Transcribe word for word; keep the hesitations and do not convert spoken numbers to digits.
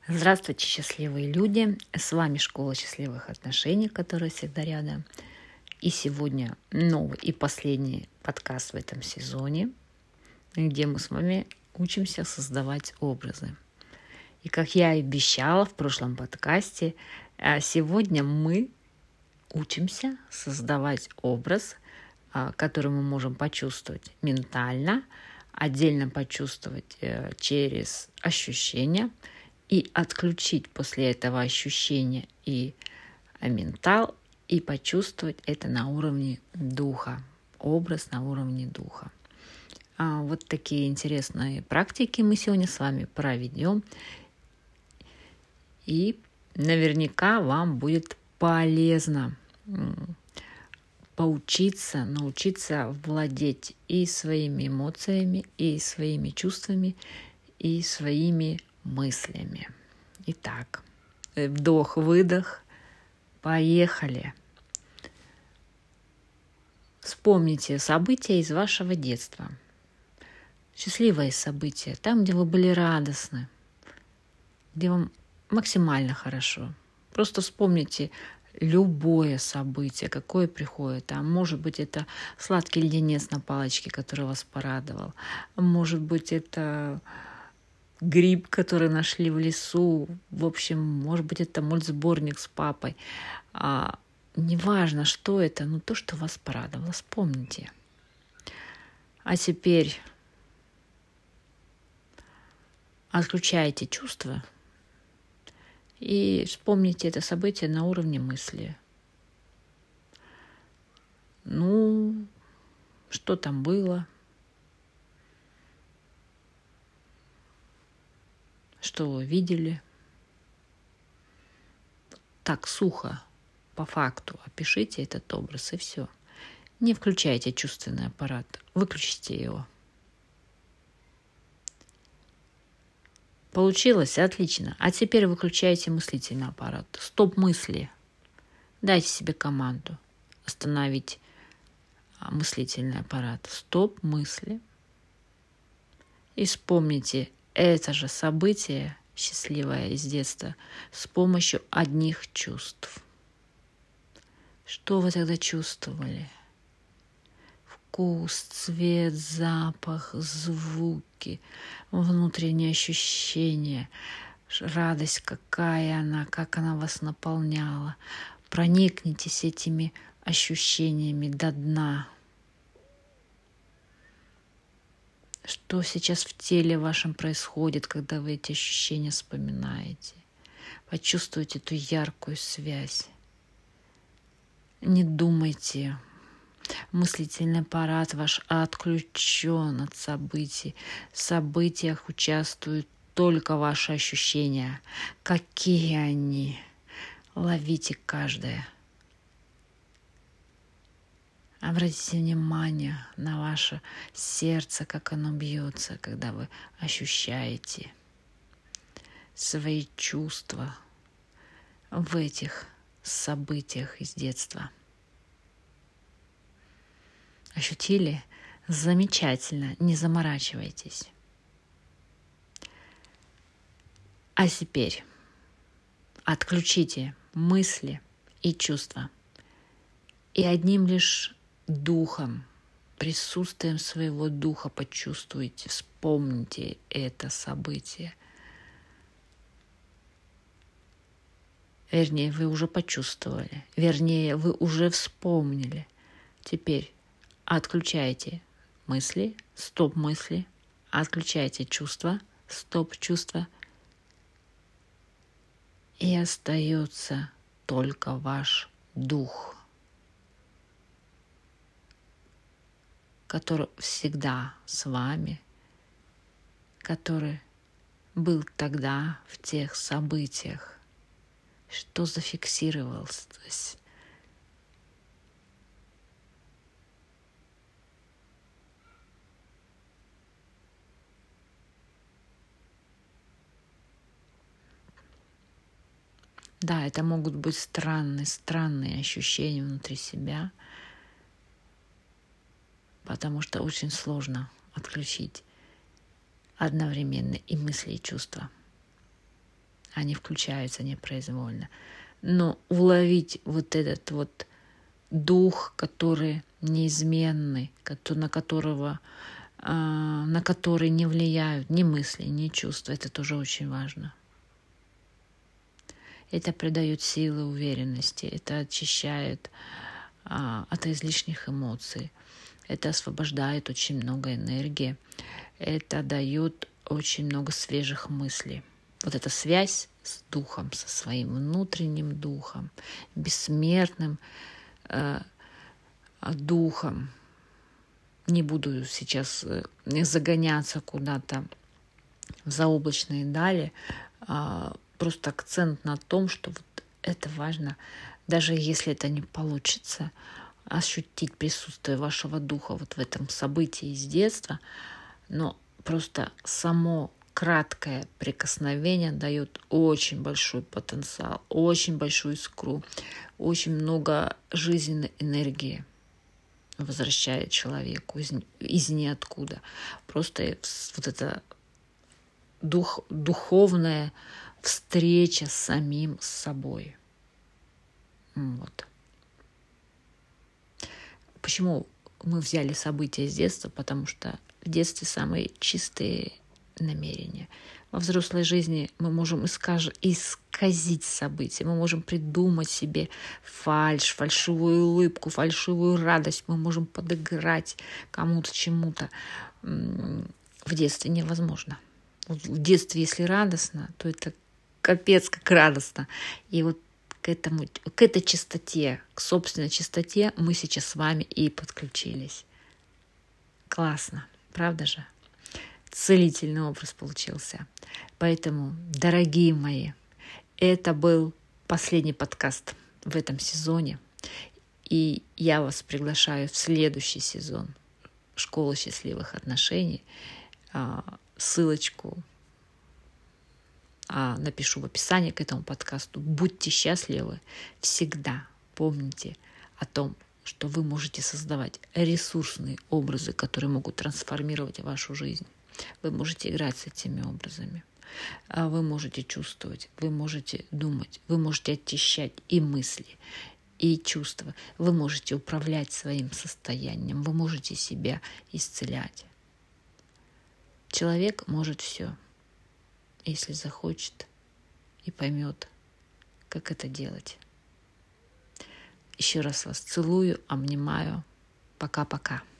Здравствуйте, счастливые люди! С вами Школа счастливых отношений, которая всегда рядом. И сегодня новый и последний подкаст в этом сезоне, где мы с вами учимся создавать образы. И как я и обещала в прошлом подкасте, сегодня мы учимся создавать образ, который мы можем почувствовать ментально, отдельно почувствовать через ощущения, и отключить после этого ощущения и ментал, и почувствовать это на уровне духа, образ на уровне духа. А вот такие интересные практики мы сегодня с вами проведем. И наверняка вам будет полезно поучиться, научиться владеть и своими эмоциями, и своими чувствами, и своими мыслями. Итак, вдох-выдох, поехали. Вспомните события из вашего детства. Счастливые события, там, где вы были радостны, где вам максимально хорошо. Просто вспомните любое событие, какое приходит. А может быть, это сладкий леденец на палочке, который вас порадовал. Может быть, это гриб, который нашли в лесу. В общем, может быть, это мультсборник с папой. А, неважно, что это, но то, что вас порадовало, вспомните. А теперь отключайте чувства и вспомните это событие на уровне мысли. Ну, что там было? Что вы видели? Так, сухо, по факту, опишите этот образ, и все. Не включайте чувственный аппарат, выключите его. Получилось? Отлично. А теперь выключайте мыслительный аппарат. Стоп мысли. Дайте себе команду остановить мыслительный аппарат. Стоп мысли. И вспомните это же событие, счастливое из детства, с помощью одних чувств. Что вы тогда чувствовали? Вкус, цвет, запах, звуки, внутренние ощущения, радость какая она, как она вас наполняла. Проникнитесь этими ощущениями до дна. Что сейчас в теле вашем происходит, когда вы эти ощущения вспоминаете? Почувствуйте эту яркую связь. Не думайте. Мыслительный аппарат ваш отключен от событий. В событиях участвуют только ваши ощущения. Какие они? Ловите каждое. Обратите внимание на ваше сердце, как оно бьется, когда вы ощущаете свои чувства в этих событиях из детства. Ощутили? Замечательно, не заморачивайтесь. А теперь отключите мысли и чувства. И одним лишь духом, присутствием своего духа почувствуйте, вспомните это событие. Вернее, вы уже почувствовали, вернее, вы уже вспомнили. Теперь отключайте мысли, стоп мысли, отключайте чувства, стоп чувства. И остается только ваш дух, который всегда с вами, который был тогда в тех событиях, что зафиксировалось. То есть да, это могут быть странные, странные ощущения внутри себя, потому что очень сложно отключить одновременно и мысли, и чувства. они включаются непроизвольно. Но уловить вот этот вот дух, который неизменный, на которого, на который не влияют ни мысли, ни чувства, это тоже очень важно. Это придает силы, уверенности, это очищает а, от излишних эмоций, это освобождает очень много энергии, это дает очень много свежих мыслей. Вот эта связь с духом, со своим внутренним духом, бессмертным э, духом. Не буду сейчас загоняться куда-то в заоблачные дали, а, просто акцент на том, что вот это важно, даже если это не получится, ощутить присутствие вашего духа вот в этом событии из детства, но просто само краткое прикосновение дает очень большой потенциал, очень большую искру, очень много жизненной энергии возвращает человеку из, из ниоткуда. Просто вот эта дух, духовная встреча с самим собой. Вот. Почему мы взяли события с детства? Потому что в детстве самые чистые намерения. Во взрослой жизни мы можем искаж... исказить события, мы можем придумать себе фальшь, фальшивую улыбку, фальшивую радость, мы можем подыграть кому-то, чему-то. В детстве невозможно. В детстве, если радостно, то это капец как радостно. И вот к этому, к этой чистоте, к собственной чистоте мы сейчас с вами и подключились. Классно, правда же? Целительный образ получился. Поэтому, дорогие мои, это был последний подкаст в этом сезоне. И я вас приглашаю в следующий сезон «Школы счастливых отношений». Ссылочку напишу в описании к этому подкасту. Будьте счастливы всегда. Помните о том, что вы можете создавать ресурсные образы, которые могут трансформировать вашу жизнь. Вы можете играть с этими образами. Вы можете чувствовать, вы можете думать, вы можете очищать и мысли, и чувства. Вы можете управлять своим состоянием, вы можете себя исцелять. Человек может все, если захочет и поймет, как это делать. Еще раз вас целую, обнимаю. Пока-пока.